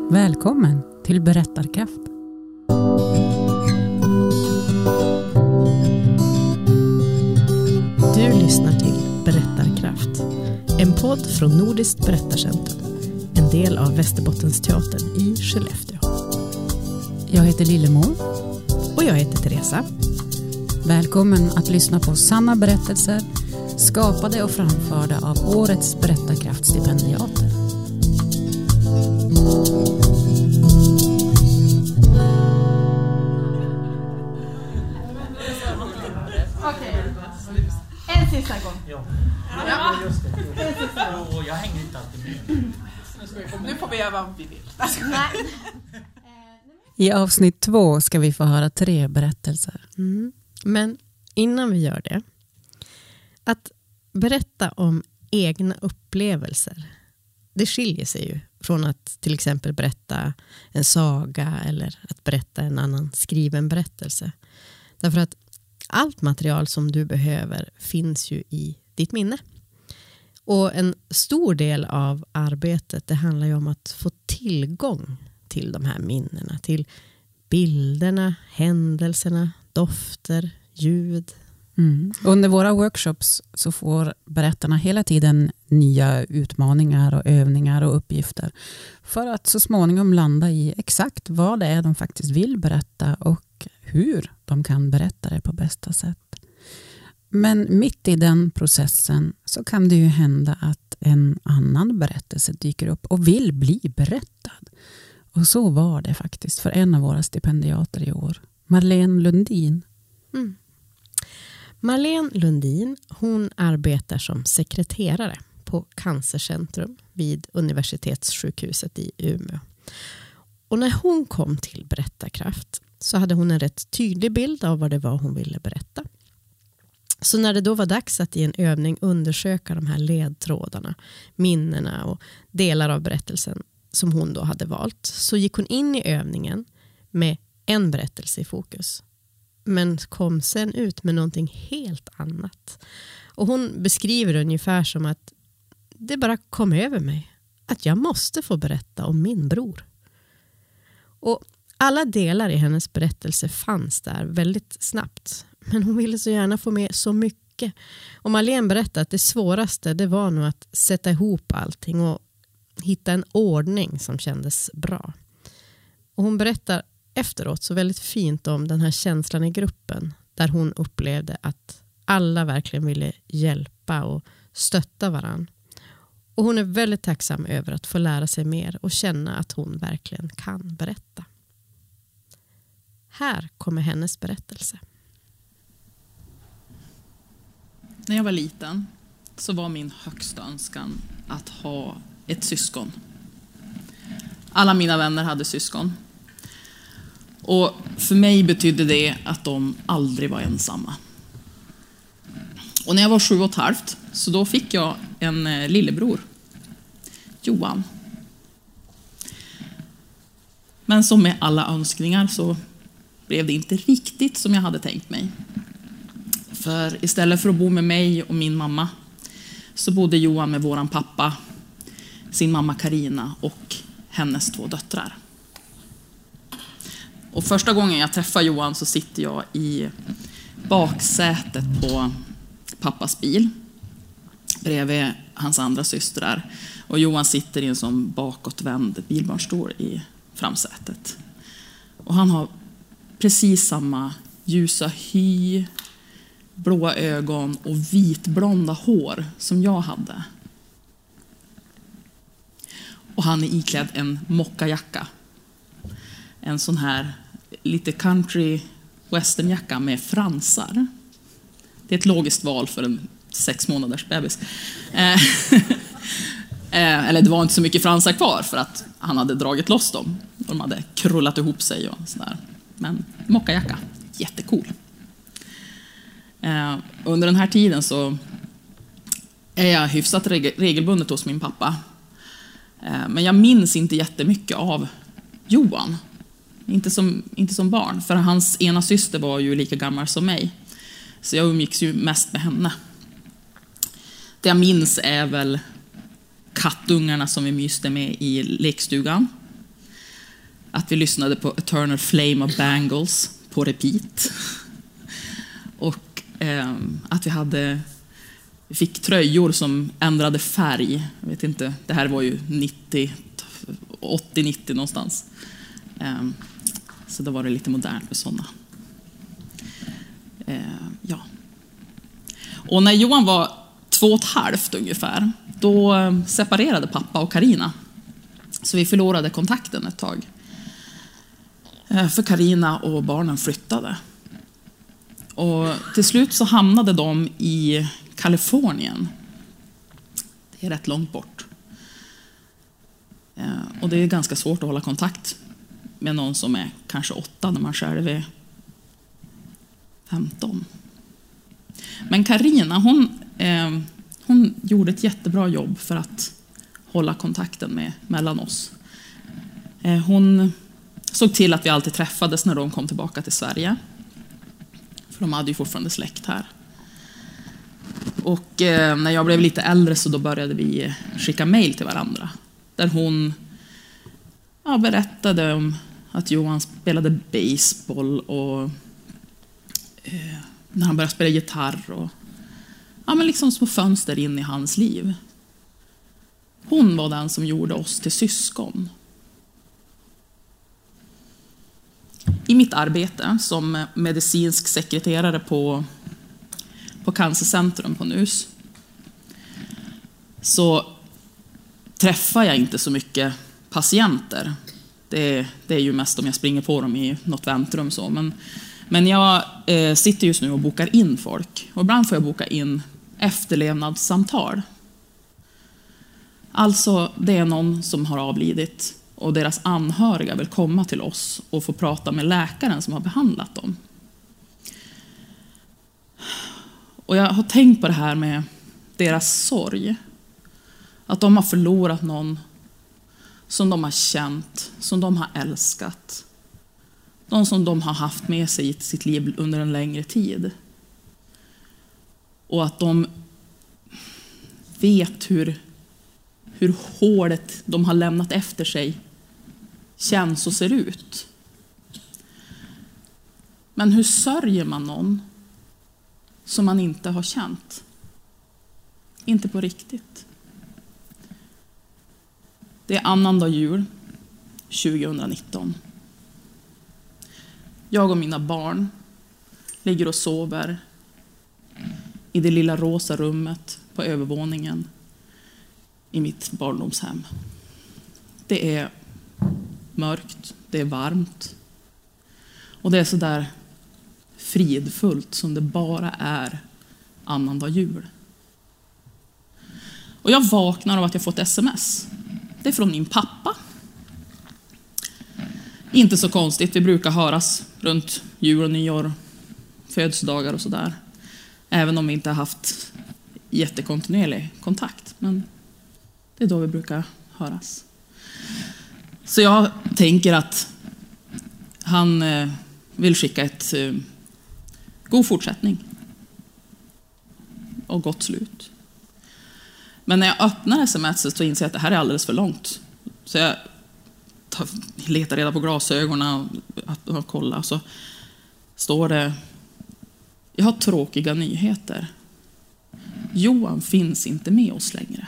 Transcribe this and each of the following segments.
Välkommen till Berättarkraft. Du lyssnar till Berättarkraft, en podd från Nordiskt berättarcentrum, en del av Västerbottensteatern i Skellefteå. Jag heter Lillemor. Och jag heter Teresa. Välkommen att lyssna på sanna berättelser, skapade och framförda av årets Berättarkraftstipendiater. En sista gång. Ja, just det. Jag hänger inte alltid med. Nu får vi göra vad vi vill. I avsnitt 2 ska vi få höra 3 berättelser. Men innan vi gör det, att berätta om egna upplevelser, det skiljer sig ju från att till exempel berätta en saga eller att berätta en annan skriven berättelse. Därför att allt material som du behöver finns ju i ditt minne. Och en stor del av arbetet, det handlar ju om att få tillgång till de här minnena, till bilderna, händelserna, dofter, ljud. Under våra workshops så får berättarna hela tiden nya utmaningar och övningar och uppgifter för att så småningom landa i exakt vad det är de faktiskt vill berätta och hur de kan berätta det på bästa sätt. Men mitt i den processen så kan det ju hända att en annan berättelse dyker upp och vill bli berättad. Och så var det faktiskt för en av våra stipendiater i år, Marlene Lundin. Marlene Lundin, hon arbetar som sekreterare på Cancercentrum vid Universitetssjukhuset i Umeå. Och när hon kom till Berättarkraft så hade hon en rätt tydlig bild av vad det var hon ville berätta. Så när det då var dags att i en övning undersöka de här ledtrådarna, minnena och delar av berättelsen som hon då hade valt, så gick hon in i övningen med en berättelse i fokus. Men kom sen ut med någonting helt annat. Och hon beskriver det ungefär som att det bara kom över mig. Att jag måste få berätta om min bror. Och alla delar i hennes berättelse fanns där väldigt snabbt. Men hon ville så gärna få med så mycket. Och Marlene berättade att det svåraste, det var nog att sätta ihop allting och hitta en ordning som kändes bra. Och hon berättar efteråt så väldigt fint om den här känslan i gruppen där hon upplevde att alla verkligen ville hjälpa och stötta varann. Och hon är väldigt tacksam över att få lära sig mer och känna att hon verkligen kan berätta. Här kommer hennes berättelse. När jag var liten så var min högsta önskan att ha ett syskon. Alla mina vänner hade syskon. Och för mig betydde det att de aldrig var ensamma. Och när jag var 7,5 så då fick jag en lillebror, Johan. Men som med alla önskningar så blev det inte riktigt som jag hade tänkt mig. För istället för att bo med mig och min mamma så bodde Johan med våran pappa, sin mamma Karina och hennes 2 döttrar. Och första gången jag träffar Johan så sitter jag i baksätet på pappas bil bredvid hans andra systrar. Och Johan sitter i en sån bakåtvänd bilbarnstol i framsätet. Och han har precis samma ljusa hy, blåa ögon och vitblonda hår som jag hade. Och han är iklädd en mockajacka. En sån här lite country westernjacka med fransar. Det är ett logiskt val för en 6 månaders bebis. Eller det var inte så mycket fransar kvar för att han hade dragit loss dem. De hade krullat ihop sig och sådär. Men mockajacka, jättecool. Under den här tiden så är jag hyfsat regelbundet hos min pappa. Men jag minns inte jättemycket av Johan. Inte som barn. För hans ena syster var ju lika gammal som mig. Så jag umgicks ju mest med henne. Det jag minns är väl kattungarna som vi myste med i lekstugan. att vi lyssnade på Eternal Flame of Bangles på repeat. Och att vi fick tröjor som ändrade färg. Jag vet inte, det här var ju 80-90 någonstans. Så då var det lite modernt med sådana. Ja. Och när Johan var 2,5 ungefär, då separerade pappa och Carina. Så vi förlorade kontakten ett tag. För Carina och barnen flyttade. Och till slut så hamnade de i Kalifornien. Det är rätt långt bort. Och det är ganska svårt att hålla kontakt med någon som är kanske 8 när man själv är 15. Men Carina, hon gjorde ett jättebra jobb för att hålla kontakten mellan oss. Hon såg till att vi alltid träffades när de kom tillbaka till Sverige. För de hade ju fortfarande släkt här. Och när jag blev lite äldre så då började vi skicka mejl till varandra. Där hon berättade om att Johan spelade baseball och när han började spela gitarr. Och, men liksom små fönster in i hans liv. Hon var den som gjorde oss till syskon. I mitt arbete som medicinsk sekreterare på Cancercentrum på NUS så träffar jag inte så mycket patienter. Det är ju mest om jag springer på dem i något väntrum. Så. Men jag sitter just nu och bokar in folk. Och ibland får jag boka in efterlevnadssamtal. Alltså det är någon som har avlidit och deras anhöriga vill komma till oss och få prata med läkaren som har behandlat dem. Och jag har tänkt på det här med deras sorg. Att de har förlorat någon som de har känt, som de har älskat. Någon som de har haft med sig i sitt liv under en längre tid. Och att de vet hur hålet de har lämnat efter sig känns och ser ut. Men hur sörjer man någon som man inte har känt? Inte på riktigt. Det är annandag jul 2019. Jag och mina barn ligger och sover i det lilla rosa rummet på övervåningen i mitt barndomshem. Det är mörkt, det är varmt och det är så där fridfullt som det bara är annandag jul. Och jag vaknar av att jag fått sms. Det är från min pappa. Inte så konstigt, vi brukar höras runt jul och nyår, födelsedagar och sådär. Även om vi inte har haft jättekontinuerlig kontakt. Men det är då vi brukar höras. Så jag tänker att han vill skicka ett god fortsättning. Och gott slut. Men när jag öppnar sms så inser jag att det här är alldeles för långt. Så jag letar reda på glasögonen och kollar. Så står det: jag har tråkiga nyheter. Johan finns inte med oss längre.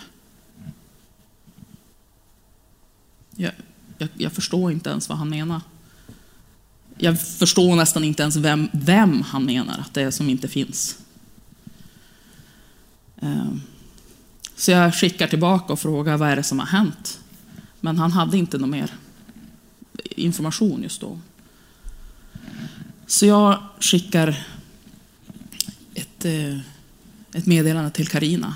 Jag förstår inte ens vad han menar. Jag förstår nästan inte ens vem han menar att det är som inte finns. Så jag skickar tillbaka och frågar vad är det som har hänt. Men han hade inte någon mer information just då. Så jag skickar ett meddelande till Carina.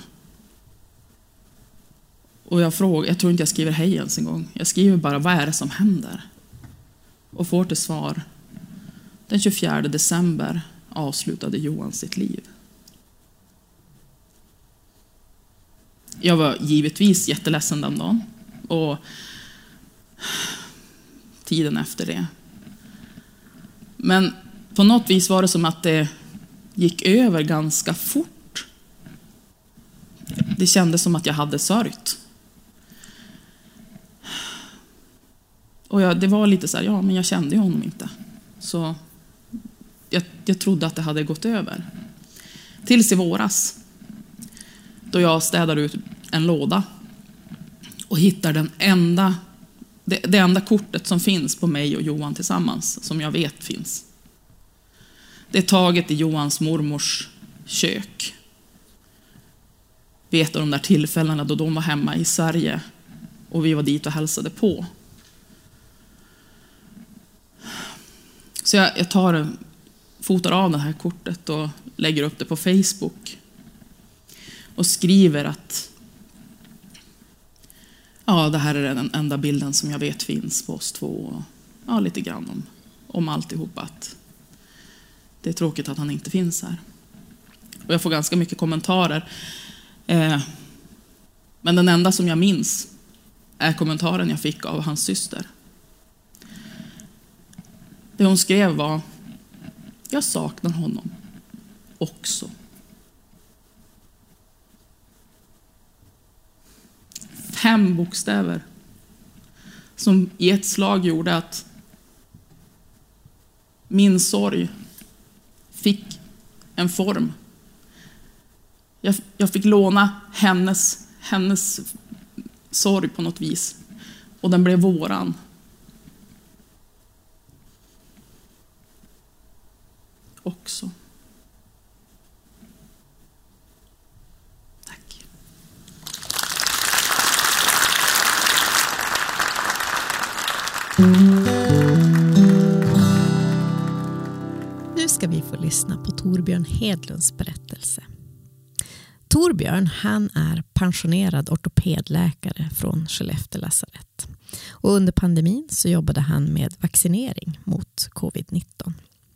Och jag tror inte jag skriver hej ens en gång. Jag skriver bara vad är det som händer. Och får till svar: den 24 december avslutade Johan sitt liv. Jag var givetvis jätteledsen den dagen. Och tiden efter det. Men på något vis var det som att det gick över ganska fort. Det kändes som att jag hade sörjt. Och det var lite så här, men jag kände ju honom inte. Så jag trodde att det hade gått över. Tills i våras. Då jag städar ut en låda. Och hittar det enda kortet som finns på mig och Johan tillsammans. Som jag vet finns. Det är taget i Johans mormors kök. Vid ett av de där tillfällena då de var hemma i Sverige. Och vi var dit och hälsade på. Så jag fotar av det här kortet och lägger upp det på Facebook. Och skriver att det här är den enda bilden som jag vet finns på oss två. Och lite grann om alltihop, att det är tråkigt att han inte finns här. Och jag får ganska mycket kommentarer. Men den enda som jag minns är kommentaren jag fick av hans syster. Det hon skrev var: jag saknar honom också. 5 bokstäver som i ett slag gjorde att min sorg fick en form. Jag fick låna hennes sorg på något vis. Och den blev våran. Också. Tack. Nu ska vi få lyssna på Torbjörn Hedlunds berättelse. Torbjörn, han är pensionerad ortopedläkare från Skellefteå lasarett. Och under pandemin så jobbade han med vaccinering mot covid-19.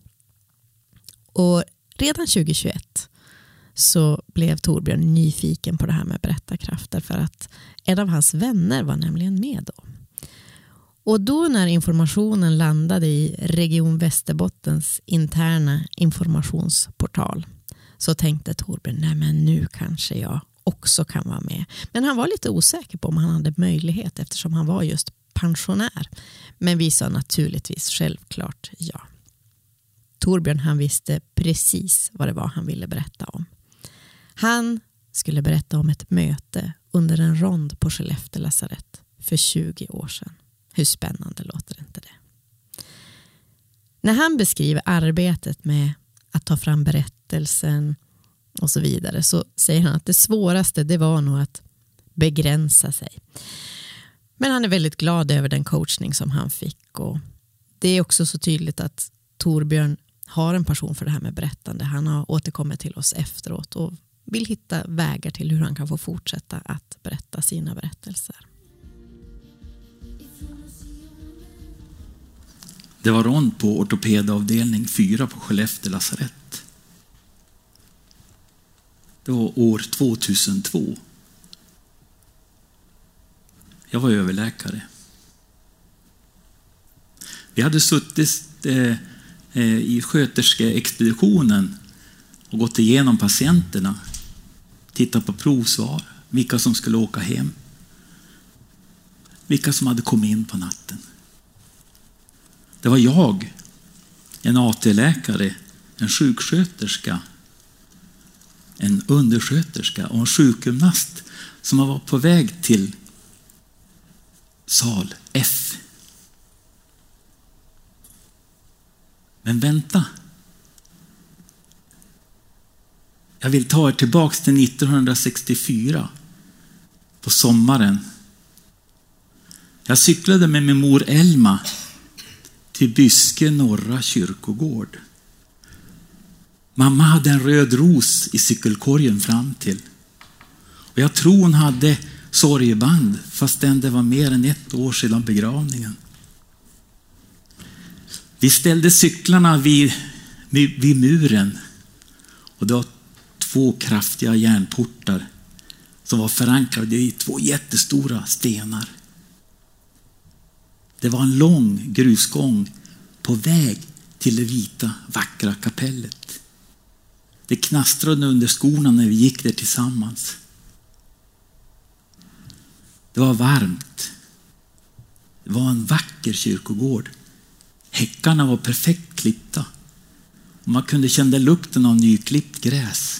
Och redan 2021 så blev Torbjörn nyfiken på det här med berättarkrafter, för att en av hans vänner var nämligen med då. Och då när informationen landade i Region Västerbottens interna informationsportal så tänkte Torbjörn, nej men nu kanske jag också kan vara med. Men han var lite osäker på om han hade möjlighet eftersom han var just pensionär. Men vi sa naturligtvis självklart ja. Torbjörn, han visste precis vad det var han ville berätta om. Han skulle berätta om ett möte under en rond på Skellefteå lasarett för 20 år sedan. Hur spännande låter inte det? När han beskriver arbetet med att ta fram berättelsen och så vidare så säger han att det svåraste det var nog att begränsa sig. Men han är väldigt glad över den coachning som han fick, och det är också så tydligt att Torbjörn har en passion för det här med berättande. Han har återkommit till oss efteråt och vill hitta vägar till hur han kan få fortsätta att berätta sina berättelser. Det var rond på ortopedavdelning 4 på Skellefteå lasarett. Det var år 2002. Jag var överläkare. Vi hade suttit i sköterskeexpeditionen och gått igenom patienterna. Tittat på provsvar. Vilka som skulle åka hem. Vilka som hade kommit in på natten. Det var jag, en AT-läkare, en sjuksköterska, en undersköterska och en sjukgymnast som var på väg till sal F. Men vänta. Jag vill ta er tillbaks till 1964 på sommaren. Jag cyklade med min mor Elma till Byske norra kyrkogård. Mamma hade en röd ros i cykelkorgen fram till. Och jag tror hon hade sorgeband fastän det var mer än 1 år sedan begravningen. Vi ställde cyklarna vid muren och det var 2 kraftiga järnportar som var förankrade i 2 jättestora stenar. Det var en lång grusgång på väg till det vita, vackra kapellet. Det knastrade under skorna när vi gick där tillsammans. Det var varmt. Det var en vacker kyrkogård. Häckarna var perfekt klippta. Och man kunde känna lukten av nyklippt gräs.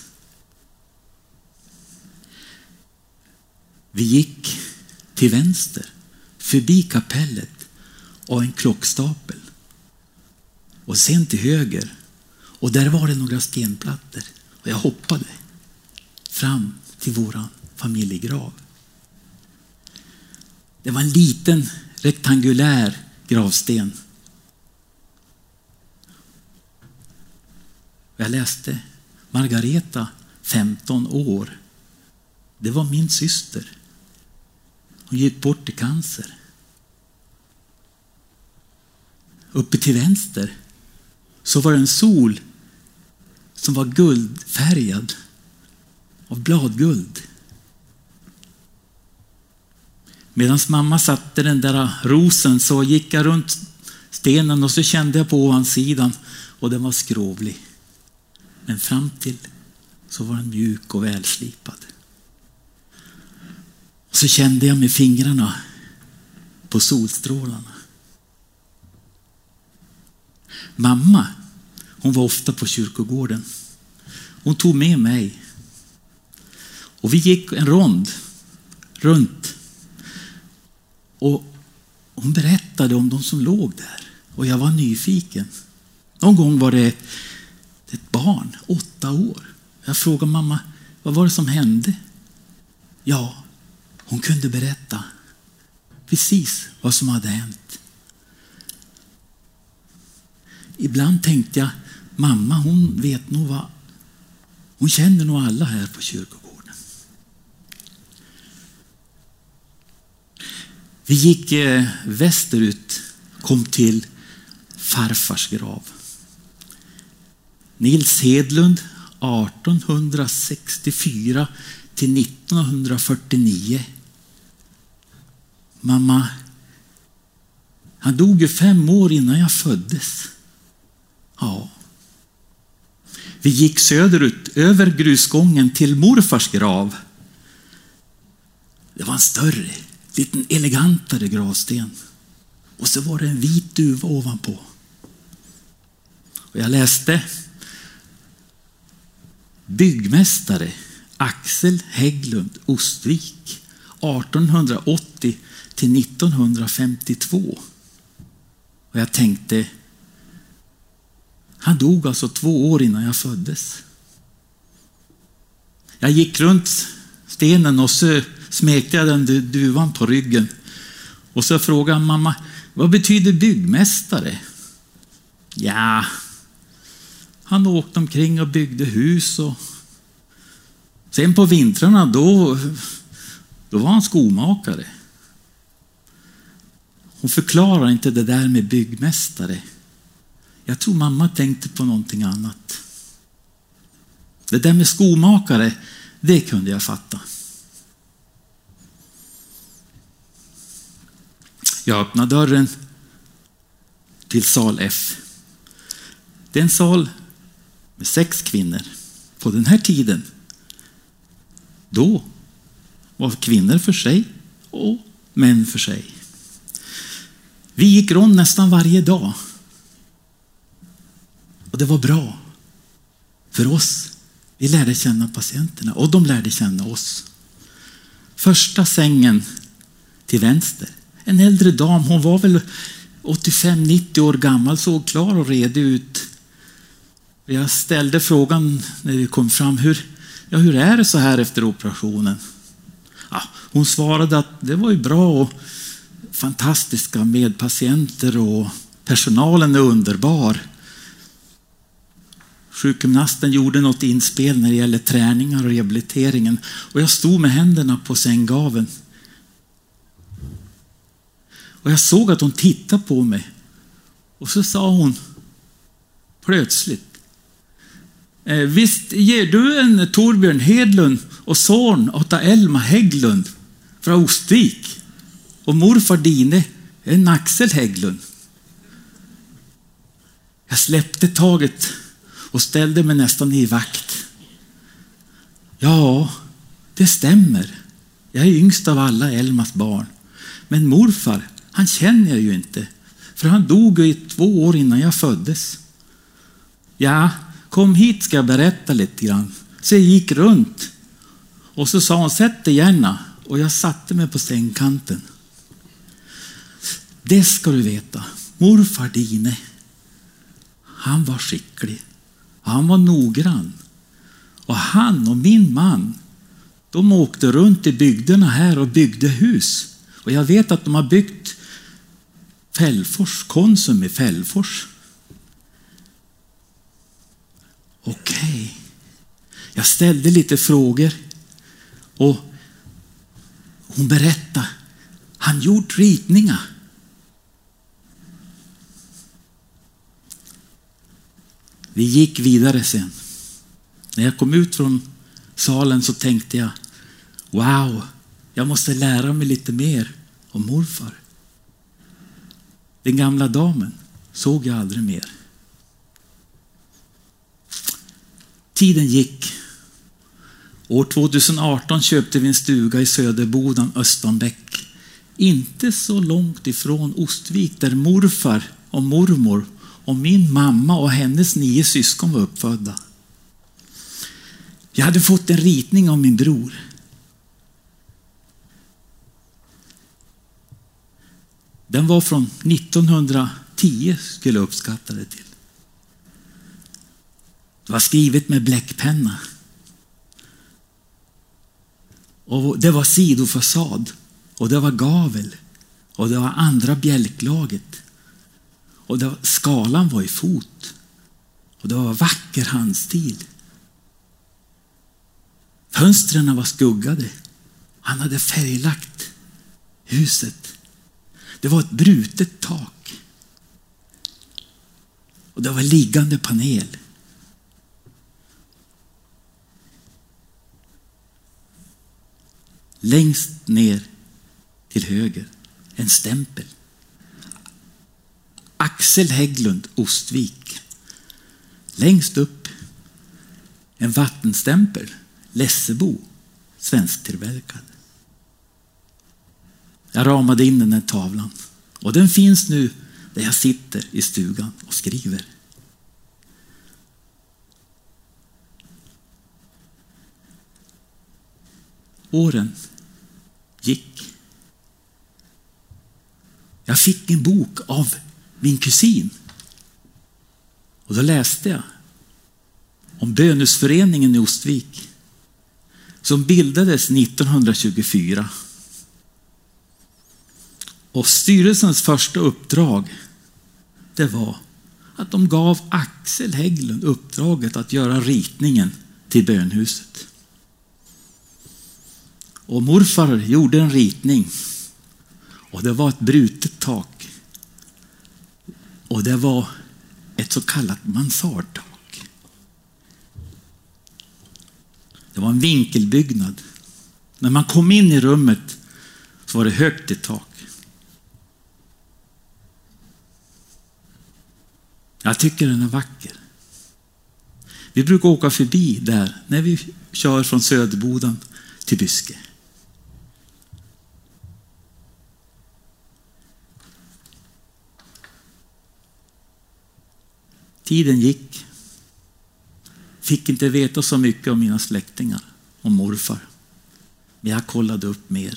Vi gick till vänster, förbi kapellet och en klockstapel. Och sen till höger. Och där var det några stenplattor. Och jag hoppade fram till våran familjegrav. Det var en liten rektangulär gravsten. Jag läste Margareta, 15 år. Det var min syster. Hon gick bort i cancer. Uppe till vänster så var det en sol som var guldfärgad av bladguld. Medan mamma satte den där rosen så gick jag runt stenen och så kände jag på ovansidan och den var skrovlig. Men fram till så var den mjuk och välslipad. Och så kände jag med fingrarna på solstrålarna. Mamma, hon var ofta på kyrkogården. Hon tog med mig. Och vi gick en rond runt. Och hon berättade om de som låg där. Och jag var nyfiken. Någon gång var det ett barn, 8 år. Jag frågade mamma, vad var det som hände? Ja, hon kunde berätta precis vad som hade hänt. Ibland tänkte jag, mamma hon vet nog vad, hon känner nog alla här på kyrkogården. Vi gick västerut, kom till farfars grav. Nils Hedlund, 1864 till 1949. Mamma, han dog ju 5 år innan jag föddes. Ja. Vi gick söderut över grusgången till morfars grav. Det var en större, liten elegantare gravsten. Och så var det en vit duva ovanpå. Och jag läste byggmästare Axel Hägglund Ostvik 1880 till 1952. Och jag tänkte, han dog alltså 2 år innan jag föddes. Jag gick runt stenen och så smekte jag den duvan på ryggen. Och så frågade mamma, vad betyder byggmästare? Ja, han åkte omkring och byggde hus. Och sen på vintrarna då var han skomakare. Hon förklarar inte det där med byggmästare. Jag tror mamma tänkte på någonting annat. Det där med skomakare, det kunde jag fatta. Jag öppnade dörren till sal F. Det är en sal med 6 kvinnor. På den här tiden, då var kvinnor för sig och män för sig. Vi gick runt nästan varje dag. Och det var bra för oss. Vi lärde känna patienterna och de lärde känna oss. Första sängen till vänster. En äldre dam, hon var väl 85-90 år gammal, såg klar och redig ut. Jag ställde frågan när vi kom fram, hur är det så här efter operationen? Ja, hon svarade att det var ju bra och fantastiska medpatienter och personalen är underbar. Sjukgymnasten gjorde något inspel när det gäller träningar och rehabiliteringen och jag stod med händerna på sänggaveln. Och jag såg att hon tittade på mig. Och så sa hon plötsligt, visst ger du en Torbjörn Hedlund och son åt Elma Hägglund från Ostvik och morfar dine en Axel Hägglund. Jag släppte taget och ställde mig nästan i vakt. Ja, det stämmer. Jag är yngst av alla Elmas barn. Men morfar, Han känner jag ju inte. För han dog ju 2 år innan jag föddes. Ja, kom hit ska jag berätta lite grann. Så jag gick runt. Och så sa hon, sätt dig gärna. Och jag satte mig på sängkanten. Det ska du veta. Morfar Dine, han var skicklig. Han var noggrann. Och han och min man, de åkte runt i bygderna här och byggde hus. Och jag vet att de har byggt Fällfors, Konsum i Fällfors. Okej. Jag ställde lite frågor. Och hon berättade. Han gjort ritningar. Vi gick vidare sen. När jag kom ut från salen så tänkte jag, wow, jag måste lära mig lite mer om morfar. Den gamla damen såg jag aldrig mer. Tiden gick. År 2018 köpte vi en stuga i Söderbodan, Östanbäck. Inte så långt ifrån Ostvik där morfar och mormor och min mamma och hennes 9 syskon var uppfödda. Jag hade fått en ritning av min bror. Den var från 1910 skulle jag uppskatta det till. Det var skrivet med bläckpenna. Och det var sidofasad. Och det var gavel. Och det var andra bjälklaget. Och skalan var i fot. Och det var vacker handstil. Fönstren var skuggade. Han hade färglagt huset. Det var ett brutet tak. Och det var liggande panel. Längst ner till höger en stämpel. Axel Hägglund, Ostvik. Längst upp en vattenstämpel. Lessebo, svensktillverkad. Jag ramade in den här tavlan. Och den finns nu där jag sitter i stugan och skriver. Åren gick. Jag fick en bok av min kusin. Och då läste jag om Bönhusföreningen i Ostvik som bildades 1924. Och styrelsens första uppdrag det var att de gav Axel Hägglund uppdraget att göra ritningen till bönhuset. Och morfar gjorde en ritning och det var ett brutet tak. Och det var ett så kallat mansardtak. Det var en vinkelbyggnad. När man kom in i rummet så var det högt i tak. Jag tycker den är vacker. Vi brukar åka förbi där när vi kör från Söderbodan till Byske. Tiden gick. Fick inte veta så mycket om mina släktingar, om morfar. Men jag kollade upp mer.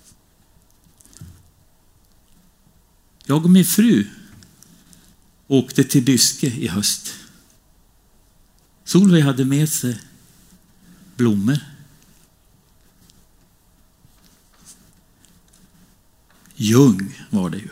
Jag och min fru åkte till Byske i höst. Solveig hade med sig blommor. Ljung var det ju.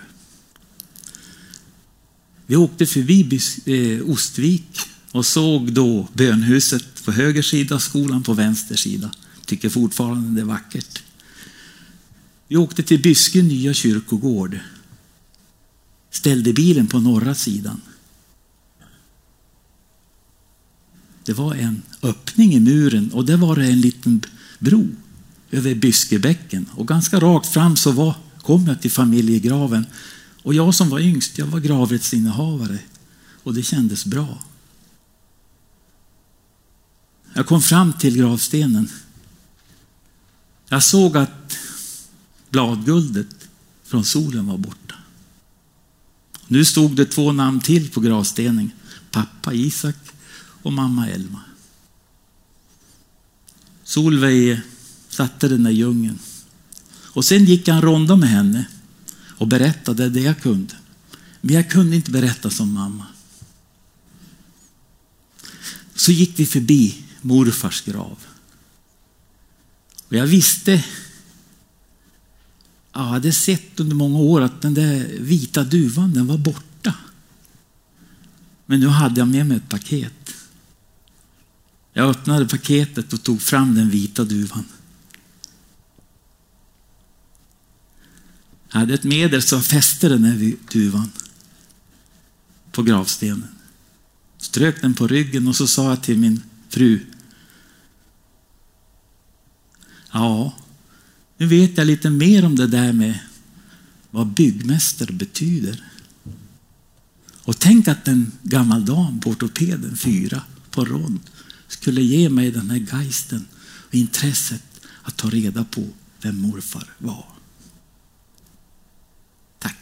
Vi åkte förbi Ostvik och såg då bönhuset på höger sida, skolan på vänster sida. Tycker fortfarande det är vackert. Vi åkte till Byske nya kyrkogård. Ställde bilen på norra sidan. Det var en öppning i muren och det var en liten bro över Byskebäcken. Och ganska rakt fram så kom jag till familjegraven. Och jag som var yngst, jag var gravrättsinnehavare. Och det kändes bra. Jag kom fram till gravstenen. Jag såg att bladguldet från solen var borta. Nu stod det 2 namn till på gravstenen. Pappa Isak och mamma Elma. Solveig satte den där djungeln. Och sen gick han ronda med henne och berättade det jag kunde. Men jag kunde inte berätta som mamma. Så gick vi förbi morfars grav. Och jag visste, jag hade sett under många år att den där vita duvan, den var borta. Men nu hade jag med mig ett paket. Jag öppnade paketet och tog fram den vita duvan. Jag hade ett medel som fäste den här duvan på gravstenen. Strök den på ryggen och så sa jag till min fru: ja, nu vet jag lite mer om det där med vad byggmästare betyder. Och tänk att en gammal dam på ortopeden 4 på rond skulle ge mig den här geisten och intresset att ta reda på vem morfar var. Tack.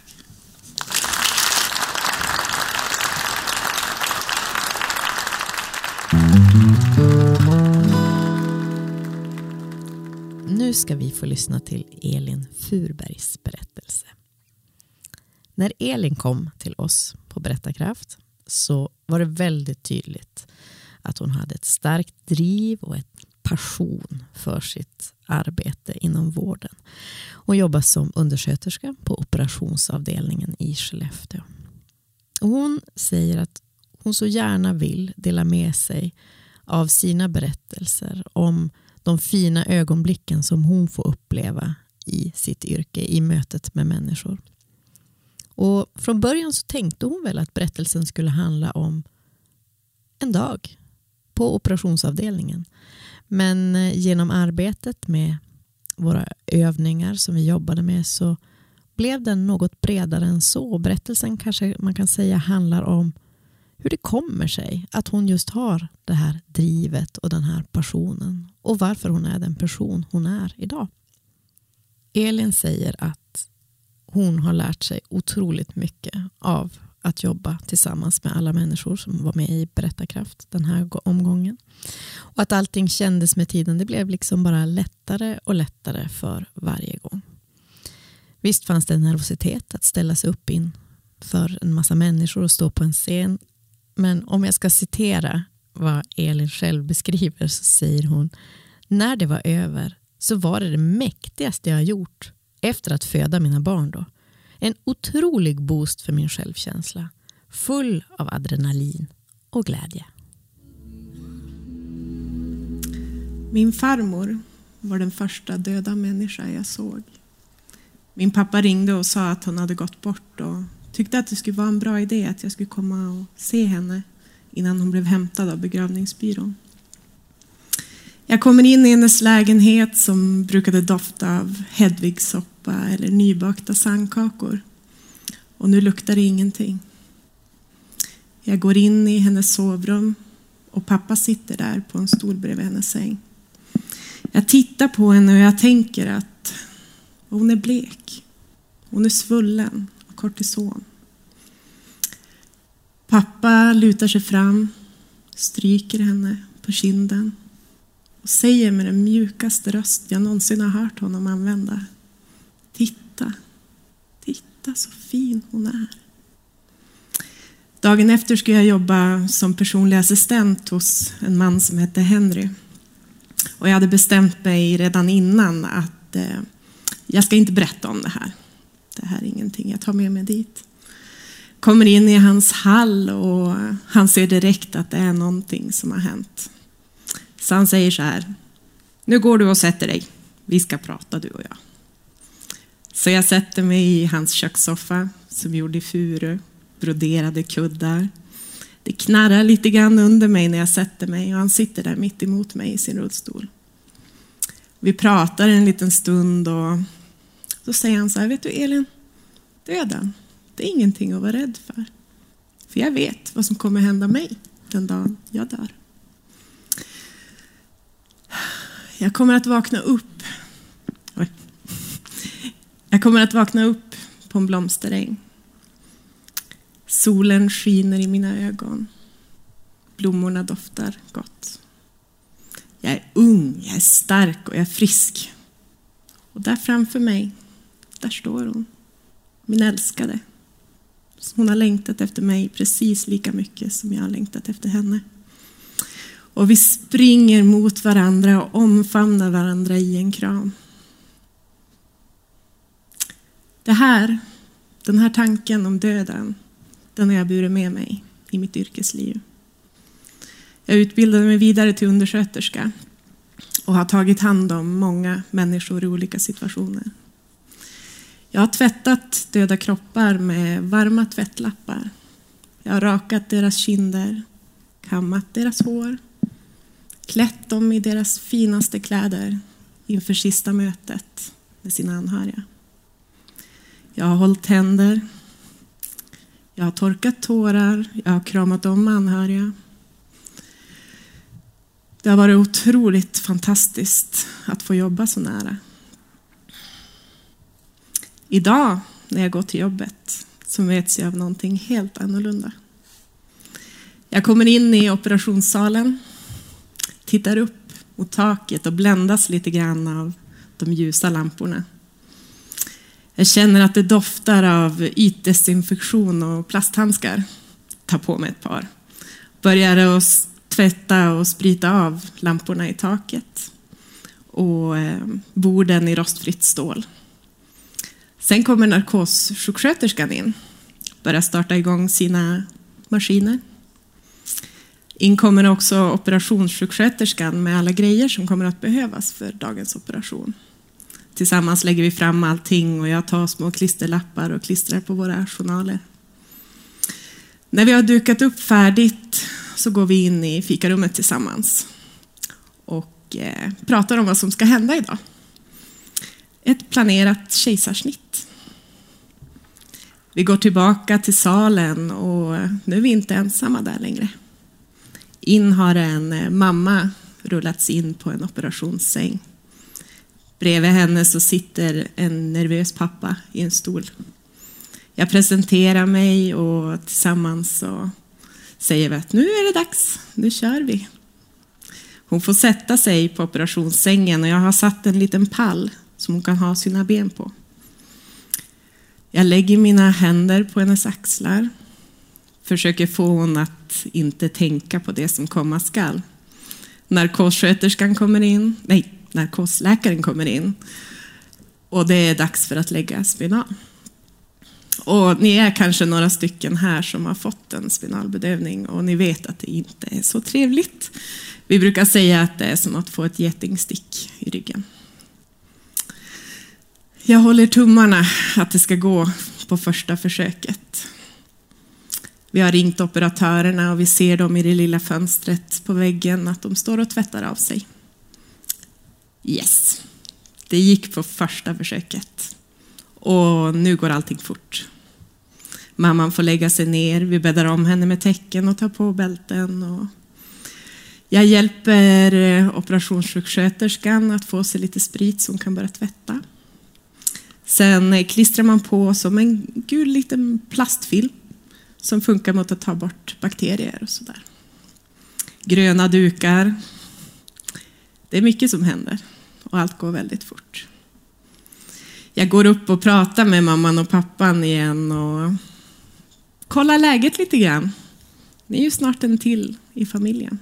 Nu ska vi få lyssna till Elin Furbergs berättelse. När Elin kom till oss på Berättarkraft så var det väldigt tydligt att hon hade ett starkt driv och ett passion för sitt arbete inom vården. Hon jobbar som undersköterska på operationsavdelningen i Skellefteå. Och hon säger att hon så gärna vill dela med sig av sina berättelser om de fina ögonblicken som hon får uppleva i sitt yrke, i mötet med människor. Och från början så tänkte hon väl att berättelsen skulle handla om en dag på operationsavdelningen. Men genom arbetet med våra övningar som vi jobbade med så blev den något bredare än så. Berättelsen kanske man kan säga handlar om hur det kommer sig att hon just har det här drivet och den här passionen och varför hon är den person hon är idag. Elin säger att hon har lärt sig otroligt mycket av att jobba tillsammans med alla människor som var med i Berättarkraft den här omgången. Och att allting kändes med tiden, det blev liksom bara lättare och lättare för varje gång. Visst fanns det en nervositet att ställa sig upp in för en massa människor och stå på en scen. Men om jag ska citera vad Elin själv beskriver så säger hon: när det var över så var det mäktigaste jag har gjort efter att föda mina barn då. En otrolig boost för min självkänsla. Full av adrenalin och glädje. Min farmor var den första döda människa jag såg. Min pappa ringde och sa att hon hade gått bort och tyckte att det skulle vara en bra idé att jag skulle komma och se henne innan hon blev hämtad av begravningsbyrån. Jag kommer in i hennes lägenhet som brukade dofta av Hedvigssoppa eller nybakta sandkakor. Och nu luktar det ingenting. Jag går in i hennes sovrum och pappa sitter där på en stol bredvid hennes säng. Jag tittar på henne och jag tänker att hon är blek. Hon är svullen och kortison. Pappa lutar sig fram, stryker henne på kinden och säger med den mjukaste röst jag någonsin har hört honom använda: titta, titta så fin hon är. Dagen efter skulle jag jobba som personlig assistent hos en man som hette Henry. Och jag hade bestämt mig redan innan att jag ska inte berätta om det här. Det här är ingenting, jag tar med mig dit. Kommer in i hans hall och han ser direkt att det är någonting som har hänt. Så han säger så här: nu går du och sätter dig. Vi ska prata du och jag. Så jag sätter mig i hans kökssoffa som gjorde i furu, broderade kuddar. Det knarrar lite grann under mig när jag sätter mig och han sitter där mitt emot mig i sin rullstol. Vi pratar en liten stund och då säger han så här: vet du Elin, döden, det är ingenting att vara rädd för. För jag vet vad som kommer hända mig den dagen jag dör. Jag kommer att vakna upp. Jag kommer att vakna upp på en blomsteräng. Solen skiner i mina ögon. Blommorna doftar gott. Jag är ung, jag är stark och jag är frisk. Och där framför mig, där står hon. Min älskade. Hon har längtat efter mig precis lika mycket som jag har längtat efter henne. Och vi springer mot varandra och omfamnar varandra i en kram. Den här tanken om döden, den har jag burit med mig i mitt yrkesliv. Jag utbildade mig vidare till undersköterska och har tagit hand om många människor i olika situationer. Jag har tvättat döda kroppar med varma tvättlappar. Jag har rakat deras kinder, kammat deras hår, klätt dem i deras finaste kläder inför sista mötet med sina anhöriga. Jag har hållit händer, jag har torkat tårar, jag har kramat om anhöriga. Det har varit otroligt fantastiskt att få jobba så nära. Idag när jag går till jobbet så möts jag av någonting helt annorlunda. Jag kommer in i operationssalen, tittar upp mot taket och bländas lite grann av de ljusa lamporna. Jag känner att det doftar av ytdesinfektion och plasthandskar. Tar på mig ett par. Börjar att tvätta och sprita av lamporna i taket. Och borden i rostfritt stål. Sen kommer narkossjuksköterskan in. Börjar starta igång sina maskiner. In kommer också operationssjuksköterskan med alla grejer som kommer att behövas för dagens operation. Tillsammans lägger vi fram allting och jag tar små klisterlappar och klistrar på våra journaler. När vi har dukat upp färdigt så går vi in i fikarummet tillsammans och pratar om vad som ska hända idag. Ett planerat kejsarsnitt. Vi går tillbaka till salen och nu är vi inte ensamma där längre. In har en mamma rullats in på en operationssäng. Bredvid henne så sitter en nervös pappa i en stol. Jag presenterar mig och tillsammans så säger vi att nu är det dags, nu kör vi. Hon får sätta sig på operationssängen och jag har satt en liten pall som hon kan ha sina ben på. Jag lägger mina händer på hennes axlar. Försöker få hon att inte tänka på det som komma skall. Narkosläkaren kommer in. Och det är dags för att lägga spinal. Och ni är kanske några stycken här som har fått en spinalbedövning. Och ni vet att det inte är så trevligt. Vi brukar säga att det är som att få ett getingstick i ryggen. Jag håller tummarna att det ska gå på första försöket. Vi har ringt operatörerna och vi ser dem i det lilla fönstret på väggen att de står och tvättar av sig. Yes, det gick på första försöket. Och nu går allting fort. Mamman får lägga sig ner, vi bäddar om henne med täcken och tar på bälten. Och jag hjälper operationssjuksköterskan att få sig lite sprit så hon kan börja tvätta. Sen klistrar man på som en gul liten plastfilm som funkar mot att ta bort bakterier och sådär. Gröna dukar. Det är mycket som händer och allt går väldigt fort. Jag går upp och pratar med mamman och pappan igen och kollar läget lite grann. Ni är ju snart en till i familjen.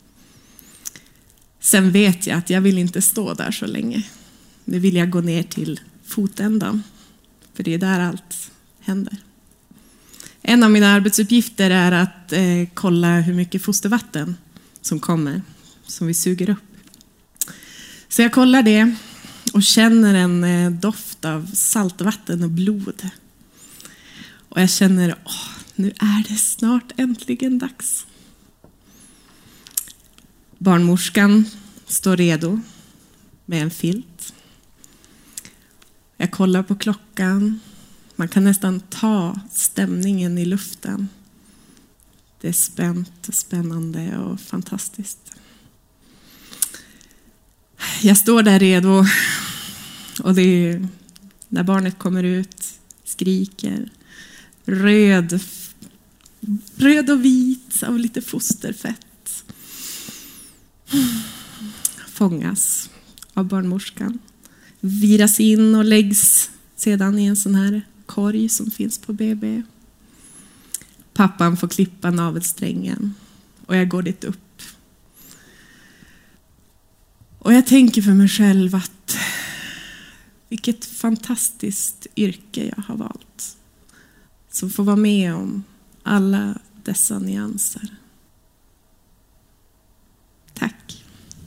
Sen vet jag att jag vill inte stå där så länge. Nu vill jag gå ner till fotändan. För det är där allt händer. En av mina arbetsuppgifter är att kolla hur mycket fostervatten som kommer. Som vi suger upp. Så jag kollar det och känner en doft av saltvatten och blod. Och jag känner, nu är det snart äntligen dags. Barnmorskan står redo med en filt. Jag kollar på klockan. Man kan nästan ta stämningen i luften. Det är spänt och spännande och fantastiskt. Jag står där redo och det är när barnet kommer ut, skriker, röd, röd och vit av lite fosterfett. Fångas av barnmorskan. Viras in och läggs sedan i en sån här korg som finns på BB. Pappan får klippa navelsträngen och jag går dit upp. Och jag tänker för mig själv att vilket fantastiskt yrke jag har valt. Som får vara med om alla dessa nyanser. Tack.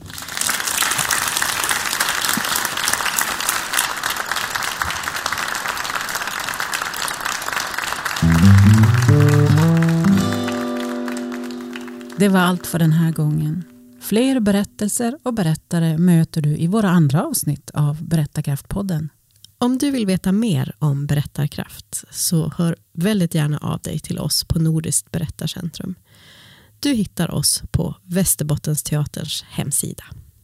Det var allt för den här gången. Fler berättelser och berättare möter du i våra andra avsnitt av Berättarkraftpodden. Om du vill veta mer om berättarkraft så hör väldigt gärna av dig till oss på Nordiskt berättarcentrum. Du hittar oss på Västerbottensteaterns hemsida.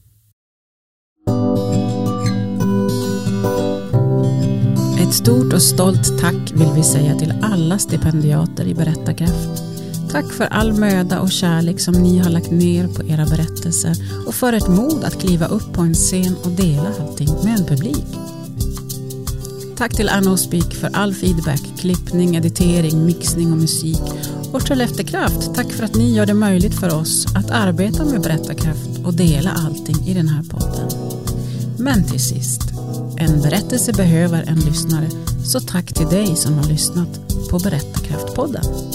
Ett stort och stolt tack vill vi säga till alla stipendiater i Berättarkraft. Tack för all möda och kärlek som ni har lagt ner på era berättelser och för ert mod att kliva upp på en scen och dela allting med en publik. Tack till Anna och Speak för all feedback, klippning, editering, mixning och musik. Och Skelleftekraft, tack för att ni gör det möjligt för oss att arbeta med berättarkraft och dela allting i den här podden. Men till sist, en berättelse behöver en lyssnare, så tack till dig som har lyssnat på Berättarkraftpodden.